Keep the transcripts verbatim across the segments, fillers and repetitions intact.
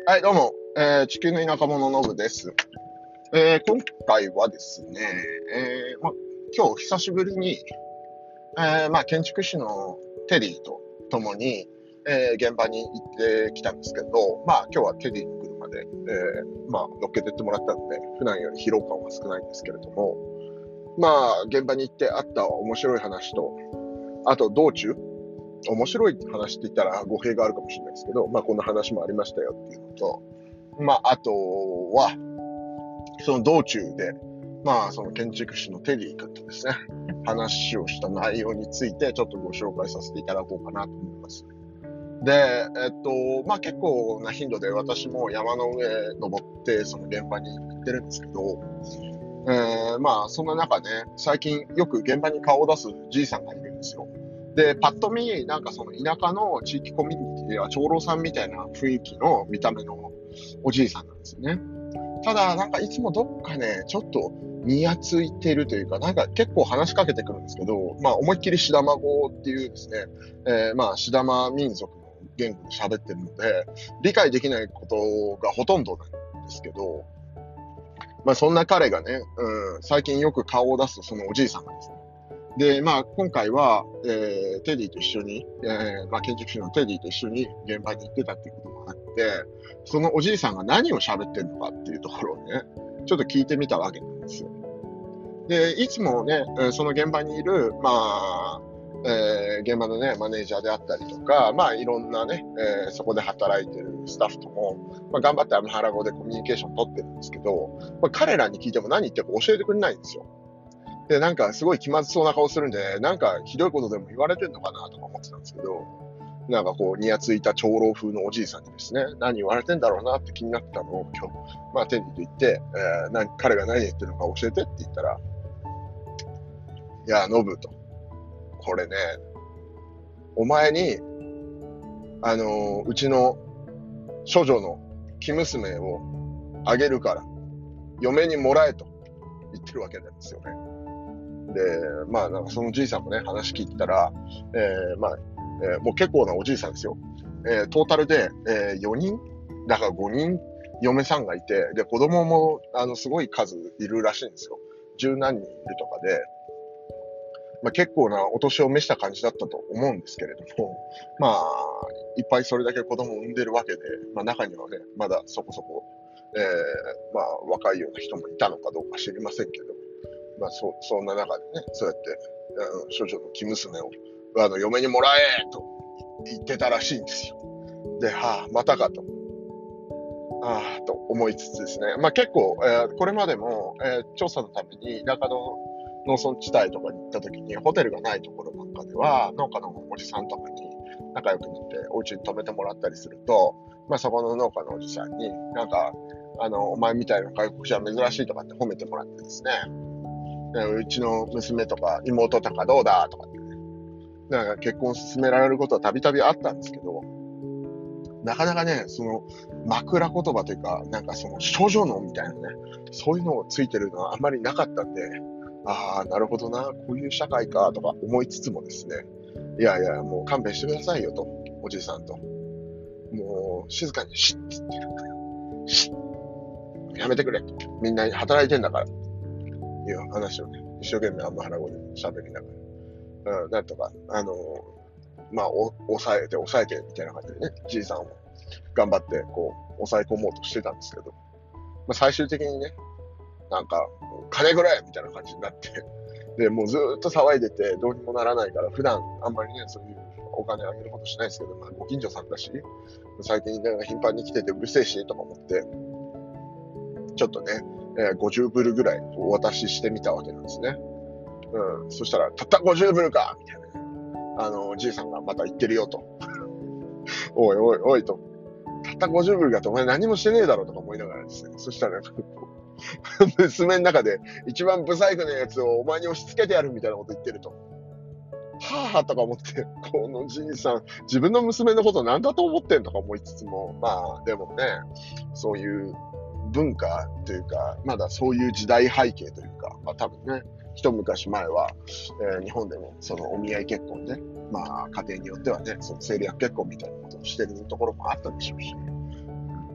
はい、どうも、えー地球の田舎者のぶです。えー今回はですね、えーま、今日久しぶりに、えーま、建築士のテリーと共に、えー現場に行ってきたんですけど、まあ今日はテリーの車で、えーまあ乗っけてってもらったので、普段より疲労感は少ないんですけれども、まあ現場に行ってあった面白い話と、あと道中、面白い話って言ったら語弊があるかもしれないですけど、まあこんな話もありましたよっていうのと、まああとは、その道中で、まあ、その建築士のテリー君とですね、話をした内容についてちょっとご紹介させていただこうかなと思います。で、えっと、まあ結構な頻度で私も山の上登って、その現場に行ってるんですけど、えー、まあそんな中ね、最近よく現場に顔を出すじいさんがいるんですよ。で、パッと見、なんかその田舎の地域コミュニティでは長老さんみたいな雰囲気の見た目のおじいさんなんですよね。ただ、なんかいつもどっかね、ちょっとにやついてるというか、なんか結構話しかけてくるんですけど、まあ思いっきりシダマ語っていうですね、えー、まあシダマ民族の言語で喋ってるので、理解できないことがほとんどなんですけど、まあそんな彼がね、うん、最近よく顔を出すそのおじいさんがですね、で、まあ、今回は、えーテディと一緒に、えーまあ、建築士のテディと一緒に現場に行ってたっていうこともあって、そのおじいさんが何を喋ってるのかっていうところをね、ちょっと聞いてみたわけなんですよ。で、いつもね、えーその現場にいる、まあ、えー現場のね、マネージャーであったりとか、まあ、いろんなね、えーそこで働いてるスタッフとも、まあ、頑張ってアムハラ語でコミュニケーション取ってるんですけど、まあ、彼らに聞いても何言ってるか教えてくれないんですよ。で、なんかすごい気まずそうな顔するんで、なんかひどいことでも言われてんのかなとか思ってたんですけど、なんかこう、にやついた長老風のおじいさんにですね、何言われてんだろうなって気になってたのを今日、まあ、テリーと言って、えー、な彼が何言ってるのか教えてって言ったら、いや、ノブと、これね、お前に、あのーうちの処女の生娘をあげるから、嫁にもらえと言ってるわけなんですよね。で、まあ、なんかそのじいさんもね、話聞いてたら、えー、まあ、えーもう結構なおじいさんですよ。えートータルで、えーよにんだからごにん嫁さんがいて、で、子供も、あの、すごい数いるらしいんですよ。十何人いるとかで、まあ、結構なお年を召した感じだったと思うんですけれども、まあ、いっぱいそれだけ子供を産んでるわけで、まあ、中にはね、まだそこそこ、えー、まあ、若いような人もいたのかどうか知りませんけど、まあ、そ、そんな中でね、そうやって、あの、処女の生娘を、あの、嫁にもらえと言ってたらしいんですよ。で、はあ、またかと、ああ、と思いつつですね、まあ結構、えーこれまでも、えー調査のために田舎の農村地帯とかに行った時に、ホテルがないところなんかでは、農家のおじさんとかに仲良くなって、お家に泊めてもらったりすると、まあそこの農家のおじさんに、なんか、あの、お前みたいな外国人は珍しいとかって褒めてもらってですね、うちの娘とか妹とかどうだとかってね、なんか結婚を進められることはたびたびあったんですけど、なかなかね、その枕言葉というか、なんかその処女のみたいなね、そういうのをついてるのはあんまりなかったんで、ああ、なるほどな、こういう社会かとか思いつつもですね、いやいや、もう勘弁してくださいよと、おじいさんと。もう静かにシッつってる。シッやめてくれと。みんな働いてんだから。いう話をね、一生懸命あんま腹語で喋りながら、うん、なんとか、あのーまあ、お、抑えて、抑えて、みたいな感じでね、じいさんを頑張って、こう、抑え込もうとしてたんですけど、まあ、最終的にね、なんか、金くれみたいな感じになって、で、もうずーっと騒いでて、どうにもならないから、普段あんまりね、そういうお金あげることしないですけど、まあ、ご近所さんだし、最近なんか頻繁に来ててうるせえし、とか思って、ちょっとね、えーごじゅうブルぐらいお渡ししてみたわけなんですね。うん。そしたら、たったごじゅうブルかみたいなね。あの、じいさんがまた言ってるよと。おいおいおいと。たったごじゅうブルかと、お前何もしてねえだろとか思いながらですね。そしたら、娘の中で一番ブサイクなやつをお前に押し付けてやるみたいなこと言ってると。はぁはぁとか思って、このじいさん、自分の娘のことなんだと思ってんとか思いつつも、まあ、でもね、そういう文化というか、まだそういう時代背景というか、まあ多分ね、一昔前は、えー日本でもそのお見合い結婚で、まあ家庭によってはね、その政略結婚みたいなことをしてるところもあったでしょうし、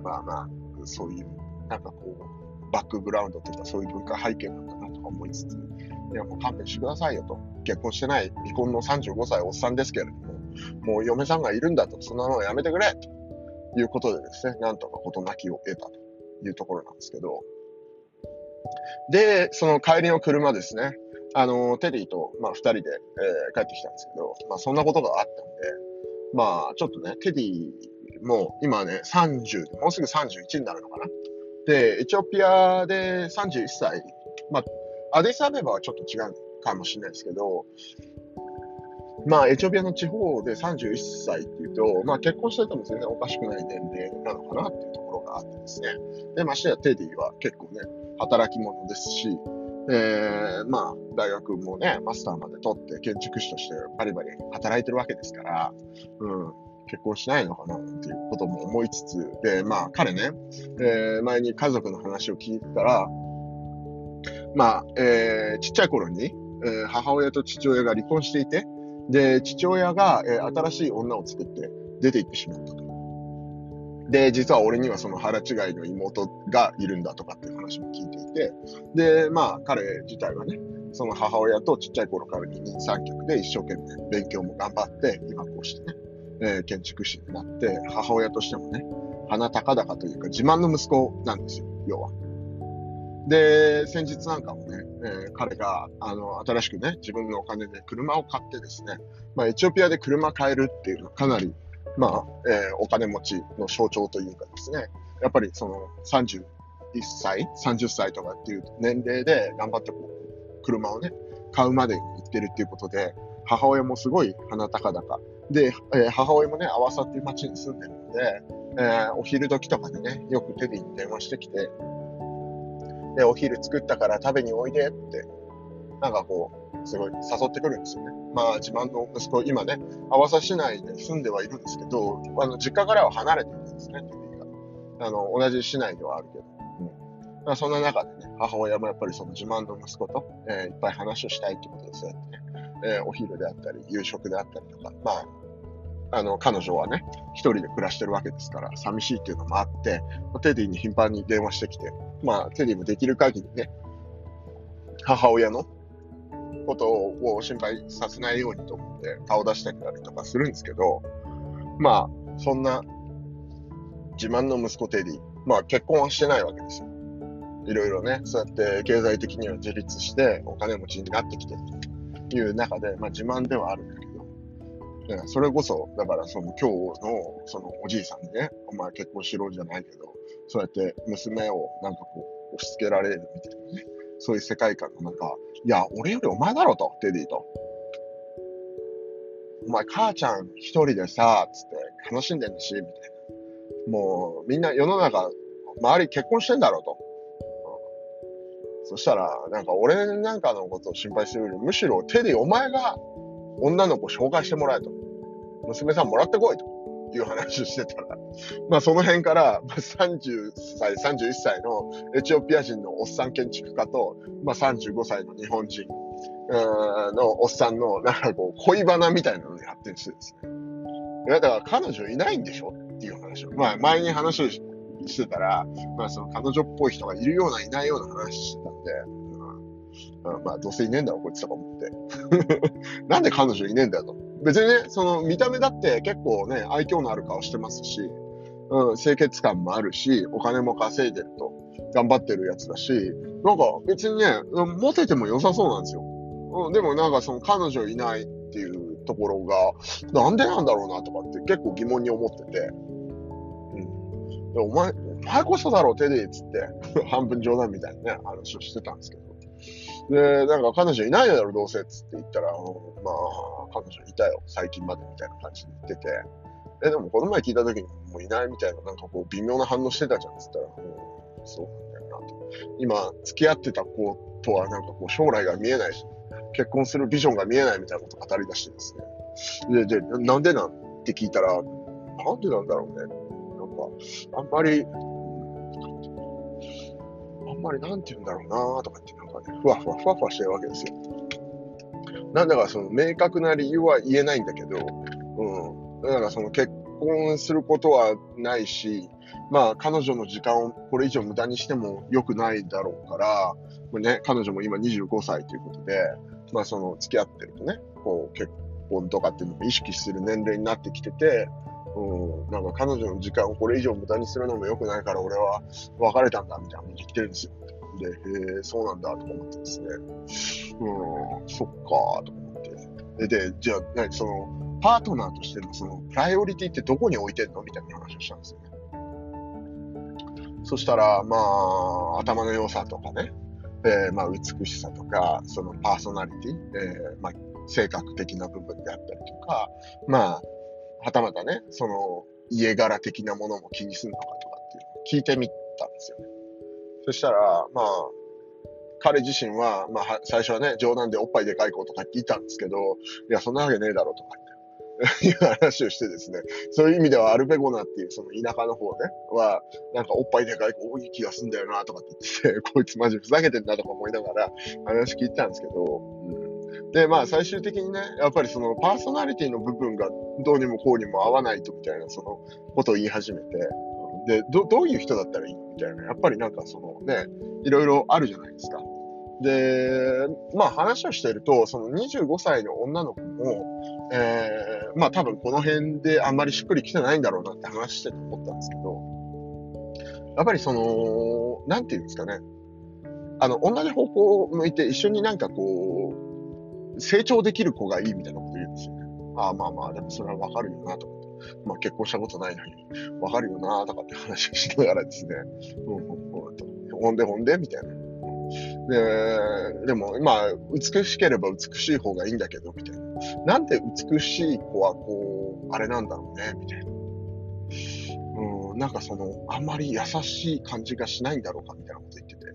まあまあ、そういう、なんかこう、バックグラウンドというか、そういう文化背景なんだなとか思いつつ、いやもう勘弁してくださいよと。結婚してない、離婚のさんじゅうごさいおっさんですけれども、もう嫁さんがいるんだと、そんなのはやめてくれということでですね、なんとか事なきを得たというところなんですけど、で、その帰りの車ですね、あの、テリーと、まあ、二人で、えー帰ってきたんですけど、まあ、そんなことがあったんで、まあ、ちょっとね、テディも今ね、さんじゅうで、もうすぐさんじゅういちになるのかな。で、エチオピアでさんじゅういっさい、まあ、アディスアベバはちょっと違うかもしれないですけど、まあ、エチオピアの地方でさんじゅういっさいっていうと、まあ、結婚してても全然おかしくない年齢なのかなっていうところがあってですね。で、ましてやテディは結構ね、働き者ですし、えー、まあ、大学もね、マスターまで取って建築士としてバリバリ働いてるわけですから、うん、結婚しないのかなっていうことも思いつつ、で、まあ、彼ね、えー、前に家族の話を聞いてたら、まあ、えー、ちっちゃい頃に、えー母親と父親が離婚していて、で、父親が、えー新しい女を作って出て行ってしまったと。で、実は俺にはその腹違いの妹がいるんだとかっていう話も聞いていて、で、まあ彼自体はね、その母親とちっちゃい頃から二人三脚で一生懸命勉強も頑張って、今こうしてね、えー建築士になって、母親としてもね、鼻高々というか自慢の息子なんですよ、要は。で、先日なんかもね、えー彼が、あの、新しくね、自分のお金で車を買ってですね、まあ、エチオピアで車買えるっていうのはかなり、まあ、えーお金持ちの象徴というかですね、やっぱりそのさんじゅういっさい、さんじゅっさいとかっていう年齢で頑張ってこう、車をね、買うまでに行ってるっていうことで、母親もすごい鼻高々。で、えー母親もね、アワサっていう町に住んでるので、えーお昼時とかでね、よくテレビに電話してきて、で、お昼作ったから食べにおいでって、なんかこう、すごい誘ってくるんですよね。まあ、自慢の息子、今ね、阿波佐市内で住んではいるんですけど、あの、実家からは離れてるんですね、テレビが。あの、同じ市内ではあるけど。うん。まあ、そんな中でね、母親もやっぱりその自慢の息子と、えーいっぱい話をしたいってことで、そうやってね、えーお昼であったり、夕食であったりとか、まあ、あの、彼女はね、一人で暮らしてるわけですから、寂しいっていうのもあって、テディに頻繁に電話してきて、まあ、テディもできる限りね、母親のことを心配させないようにと思って顔出してたりとかするんですけど、まあ、そんな自慢の息子テディ、まあ結婚はしてないわけですよ。いろいろね、そうやって経済的には自立してお金持ちになってきてるという中で、まあ自慢ではあるんだけど、だからそれこそ、だからその今日のそのおじいさんにね、お前結婚しろじゃないけど、そうやって娘をなんかこう押し付けられるみたいなね、そういう世界観の中、いや、俺よりお前だろと、テディと。お前母ちゃん一人でさ、つって楽しんでんだし、みたいな。もうみんな世の中、周り結婚してんだろうと。うんそしたら、なんか俺なんかのことを心配するより、むしろテディお前が女の子紹介してもらえと。娘さんもらってこいという話をしてたら、まあその辺から、まあ、さんじゅっさい、さんじゅういっさいのエチオピア人のおっさん建築家と、まあさんじゅうごさいの日本人うーんのおっさんの、なんかこう、恋バナみたいなのに発展してですね。いや、だから彼女いないんでしょっていう話を。まあ前に話をしてたら、まあその彼女っぽい人がいるようないないような話してたんで、うん、まあどうせいねえんだろこいつとか思って。なんで彼女いねえんだよと。別にね、その見た目だって結構ね、愛嬌のある顔してますし、うん、清潔感もあるし、お金も稼いでると、頑張ってるやつだし、なんか別にね、モテても良さそうなんですよ。うん、でもなんかその彼女いないっていうところが、なんでなんだろうなとかって結構疑問に思ってて、うん、でお前、お前こそだろう、テディっつって、半分冗談みたいなね、話をしてたんですけど。で、なんか彼女いないだろ、どうせっつって言ったら、うん、まあ、彼女いたよ、最近までみたいな感じで言ってて、え、でもこの前聞いた時にもういないみたいな、なんかこう微妙な反応してたじゃんっつったら、うん、そうなんだよなと。今、付き合ってた子とはなんかこう将来が見えないし、結婚するビジョンが見えないみたいなことを語り出してですね。で、で、なんでなんって聞いたら、なんでなんだろうね。なんか、あんまり、あんまりなんて言うんだろうなとかってなんかね、ふわふわふわふわしてるわけですよ。なんだかその明確な理由は言えないんだけど、うん。だからその結婚することはないし、まあ彼女の時間をこれ以上無駄にしても良くないだろうから、これね、彼女も今にじゅうごさいということで、まあその付き合ってるとね、こう結婚とかっていうのを意識する年齢になってきてて、うん、なんか彼女の時間をこれ以上無駄にするのも良くないから俺は別れたんだみたいなこと言ってるんですよ。で、へえ、そうなんだとか思ってですね。うん、そっかーとか思って。で、でじゃあ、何、その、パートナーとしてのその、プライオリティってどこに置いてんのみたいな話をしたんですよね。そしたら、まあ、頭の良さとかね、えー、まあ、美しさとか、そのパーソナリティ、えー、まあ、性格的な部分であったりとか、まあ、はたまたね、その、家柄的なものも気にするのかとかっていうのを聞いてみたんですよね。そしたら、まあ、彼自身は、まあ、最初はね、冗談でおっぱいでかい子とかって言ったんですけど、いや、そんなわけねえだろとかっていう話をしてですね、そういう意味ではアルペゴナっていうその田舎の方では、なんかおっぱいでかい子多い気がすんだよなとかって言ってて、こいつマジふざけてんなとか思いながら話聞いてたんですけど、うん、で、まあ最終的にね、やっぱりそのパーソナリティの部分がどうにもこうにも合わないとみたいなそのことを言い始めて、で、ど、どういう人だったらいいのみたいな、やっぱりなんかそのね、いろいろあるじゃないですか。で、まあ話をしていると、そのにじゅうごさいの女の子も、えー、まあ多分この辺であんまりしっくりきてないんだろうなって話してて思ったんですけど、やっぱりその、なんていうんですかね、あの、同じ方向を向いて一緒になんかこう、成長できる子がいいみたいなこと言うんですよね。ああまあまあ、でもそれはわかるよなとか。まあ結婚したことないのに、わかるよなとかって話をしながらですね、うんうんうん、ほんでほんでみたいな。で、でも、まあ、美しければ美しい方がいいんだけど、みたいな。なんで美しい子はこう、あれなんだろうね、みたいな。うん、なんかその、あんまり優しい感じがしないんだろうか、みたいなこと言ってて。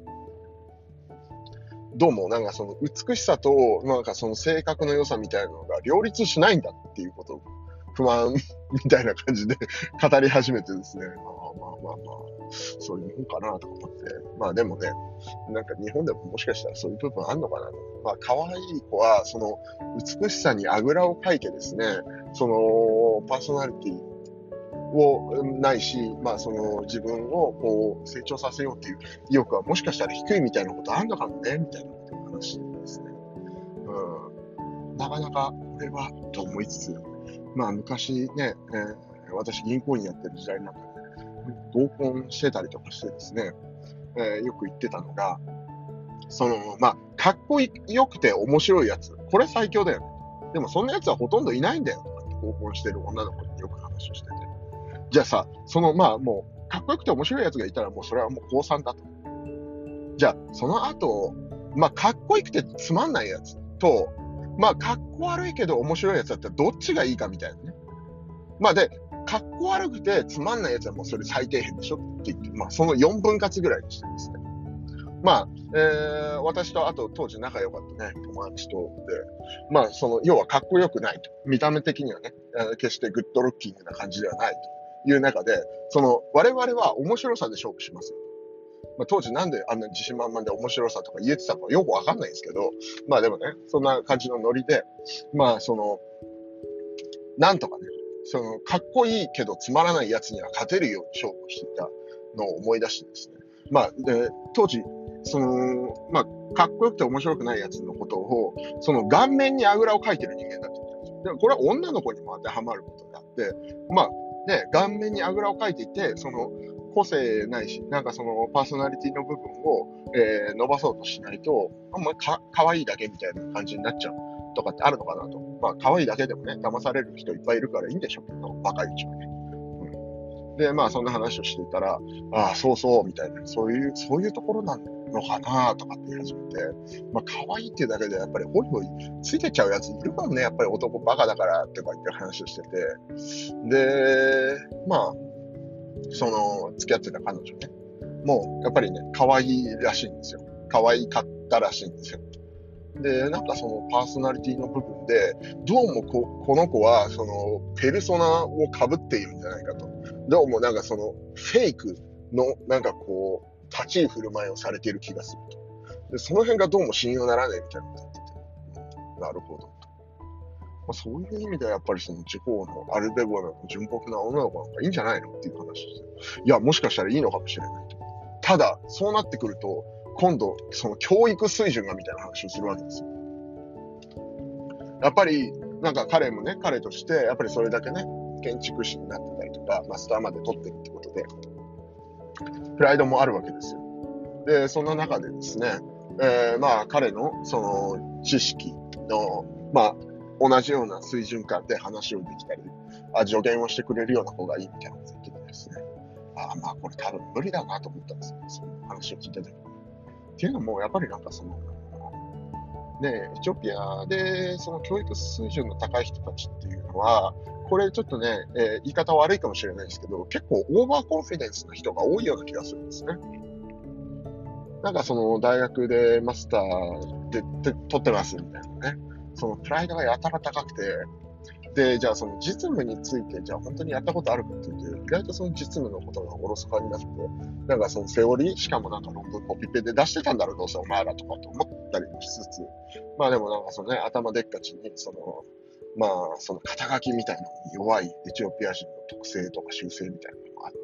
どうも、なんかその美しさと、なんかその性格の良さみたいなのが両立しないんだっていうことを、不満みたいな感じで語り始めてですね、まあまあまあまあ、そういうもんかなと思って、まあでもね、なんか日本でももしかしたらそういう部分あんのかなと。まあ可愛い子は、その美しさにあぐらをかいてですね、そのパーソナリティをないし、まあその自分をこう成長させようっていう意欲はもしかしたら低いみたいなことあんのかもね、みたいなことを話してですね。うん、なかなかこれはと思いつつ、まあ昔ね、えー、私銀行員やってる時代なんかで、合コンしてたりとかしてですね、えー、よく言ってたのが、その、まあ、かっこよくて面白いやつ。これ最強だよね。でもそんなやつはほとんどいないんだよとかって合コンしてる女の子によく話をしてて。じゃあさ、その、まあもう、かっこよくて面白いやつがいたらもうそれはもう高さんだと。じゃあ、その後、まあ、かっこよくてつまんないやつと、まあ、かっこ悪いけど面白いやつだったらどっちがいいかみたいなね。まあで、かっこ悪くてつまんないやつはもうそれ最底辺でしょって言って、まあそのよんぶん割ぐらいにしてですね。まあ、えー、私とあと当時仲良かったね、友達とで、まあその、要はかっこよくないと。見た目的にはね、決してグッドルッキングな感じではないという中で、その、我々は面白さで勝負しますよ。まあ、当時なんであんな自信満々で面白さとか言えてたのかよくわかんないんですけど、まあでもね、そんな感じのノリで、まあその、なんとかね、その、かっこいいけどつまらないやつには勝てるように勝負していたのを思い出してですね。まあ、で、当時、その、まあ、かっこよくて面白くないやつのことを、その顔面にあぐらをかいてる人間だって言ってるんですよ。でもこれは女の子にも当てはまることであって、まあ、ね、顔面にあぐらをかいていて、その、個性ないし、なんかそのパーソナリティの部分を、えー伸ばそうとしないと、あんまか、かわいいだけみたいな感じになっちゃうとかってあるのかなと。まあ、可愛いだけでもね、騙される人いっぱいいるからいいんでしょうけど、若いうちはね。うん、で、まあ、そんな話をしていたら、ああ、そうそう、みたいな、そういう、そういうところなのかなとかって言い始めて、まあ、可愛いっていうだけで、やっぱりホイホイついてっちゃうやついるもんね、やっぱり男バカだからとか言って話をしてて。で、まあ、その、付き合ってた彼女ね、もう、やっぱりね、可愛いらしいんですよ。可愛かったらしいんですよ。で、なんかそのパーソナリティの部分で、どうもこ、この子は、その、ペルソナを被っているんじゃないかと。どうもなんかその、フェイクの、なんかこう、立ち居振る舞いをされている気がすると。で、その辺がどうも信用ならないみたいなこと言ってて、なるほど。 あ、そういう意味ではやっぱりその地方のアルベゴナの純朴な女の子なんかいいんじゃないのっていう話ですよ。いや、もしかしたらいいのかもしれないと。ただ、そうなってくると、今度、その教育水準がみたいな話をするわけですよ。やっぱり、なんか彼もね、彼として、やっぱりそれだけね、建築士になってたりとか、マスターまで取ってるってことで、プライドもあるわけですよ。で、そんな中でですね、えー、まあ彼のその知識の、まあ同じような水準感で話をできたり、あ助言をしてくれるような方がいいみたいなこと言っててですね、あまあこれ多分無理だなと思ったんですよ、その話を聞いたときに。っていうのも、やっぱりなんかその、ね、エチオピアでその教育水準の高い人たちっていうのは、これちょっとね、えー、言い方悪いかもしれないですけど、結構オーバーコンフィデンスな人が多いような気がするんですね。なんかその大学でマスターでで取ってますみたいなね。そのプライドがやたら高くて、で、じゃあその実務について、じゃあ本当にやったことあるかっていうと、意外とその実務のことがおろそかになって、なんかそのセオリー、しかもなんか論文コピペで出してたんだろう、どうせお前らとかと思ったりもしつつ、まあでもなんかそのね、頭でっかちに、その、まあその肩書きみたいなのに弱いエチオピア人の特性とか習性みたいなのがあって、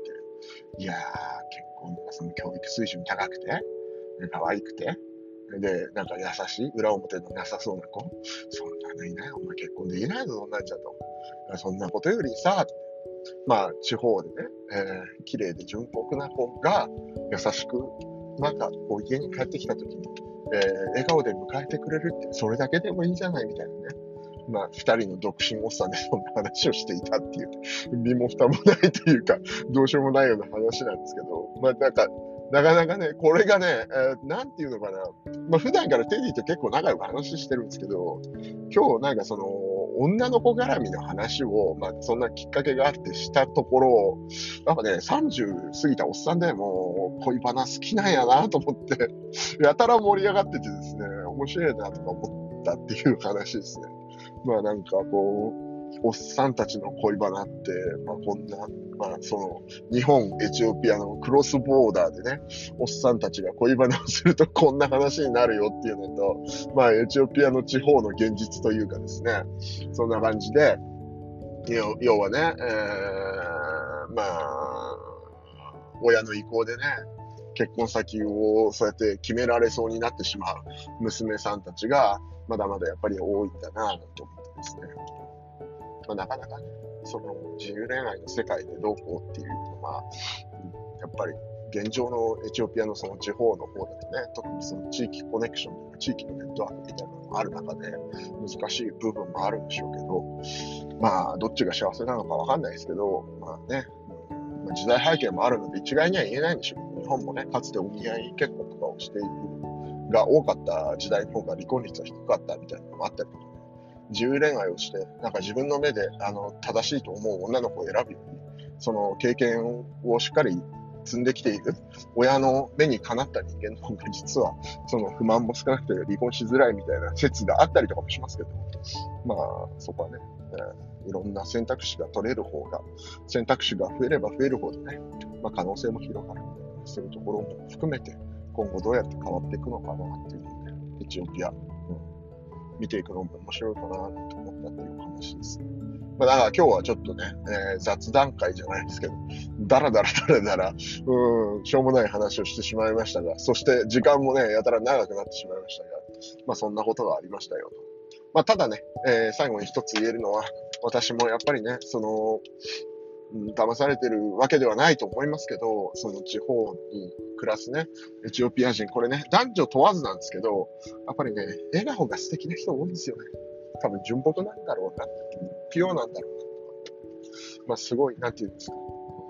いやー、結構なんかその教育水準高くて、可愛くて、で、なんか優しい、裏表のなさそうな子、そんなのいない、お前結婚できないぞ、そんなんじゃと。そんなことよりさ、まあ、地方でね、えー、綺麗で純朴な子が優しく、なんかこう家に帰ってきた時に、えー、笑顔で迎えてくれるって、それだけでもいいじゃないみたいなね。まあ、二人の独身おっさんでそんな話をしていたっていう、身も蓋もないというか、どうしようもないような話なんですけど、まあなんか、なかなかね、これがね、えー、なんていうのかな、まあ普段からテディと結構仲良く話してるんですけど、今日なんかその、女の子絡みの話を、まあそんなきっかけがあってしたところ、やっぱね、さんじゅう過ぎたおっさんでもう恋バナ好きなんやなと思って、やたら盛り上がっててですね、面白いなとか思ったっていう話ですね。まあなんかこう、おっさんたちの恋バナって、まあこんな、まあその、日本、エチオピアのクロスボーダーでね、おっさんたちが恋バナをするとこんな話になるよっていうのと、まあエチオピアの地方の現実というかですね、そんな感じで、要要はね、えー、まあ、親の意向でね、結婚先をそうやって決められそうになってしまう娘さんたちが、まだまだやっぱり多いんだなと思ってですね。まあ、なかなかね、その自由恋愛の世界でどうこうっていうのは、やっぱり現状のエチオピアのその地方の方だとね、特にその地域コネクションとか地域のネットワークみたいなのがある中で難しい部分もあるんでしょうけど、まあどっちが幸せなのかわかんないですけど、まあね、まあ、時代背景もあるので一概には言えないんでしょうけど、日本もね、かつてお見合い結婚とかをしているが多かった時代の方が離婚率は低かったみたいなのもあったりとか、ね、自由恋愛をして、なんか自分の目であの正しいと思う女の子を選ぶように、その経験をしっかり積んできている親の目にかなった人間の方が実はその不満も少なくて離婚しづらいみたいな説があったりとかもしますけど、まあそこはね、えー、いろんな選択肢が取れる方が、選択肢が増えれば増えるほどね、まあ、可能性も広がる。そういうところも含めて今後どうやって変わっていくのかなっていうので、エチオピア、うん、見ていくのも面白いかなと思ったっていう話です。まあ、だから今日はちょっとね、えー、雑談会じゃないですけど、だらだらだらだら、うん、しょうもない話をしてしまいましたが、そして時間もね、やたら長くなってしまいましたが、まあそんなことがありましたよと。まあただね、えー、最後に一つ言えるのは、私もやっぱりね、その、うん、騙されてるわけではないと思いますけど、その地方に暮らすね、エチオピア人、これね、男女問わずなんですけど、やっぱりね、笑顔が素敵な人多いんですよね。多分純朴なんだろうな、ピュアなんだろうな。まあ、すごい、なんていうんですか。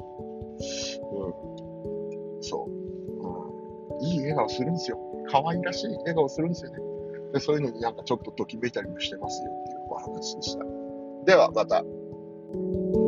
うん。そう。うん。いい笑顔するんですよ。可愛らしい笑顔するんですよね。で、そういうのになんかちょっとときめいたりもしてますよっていうお話でした。では、また。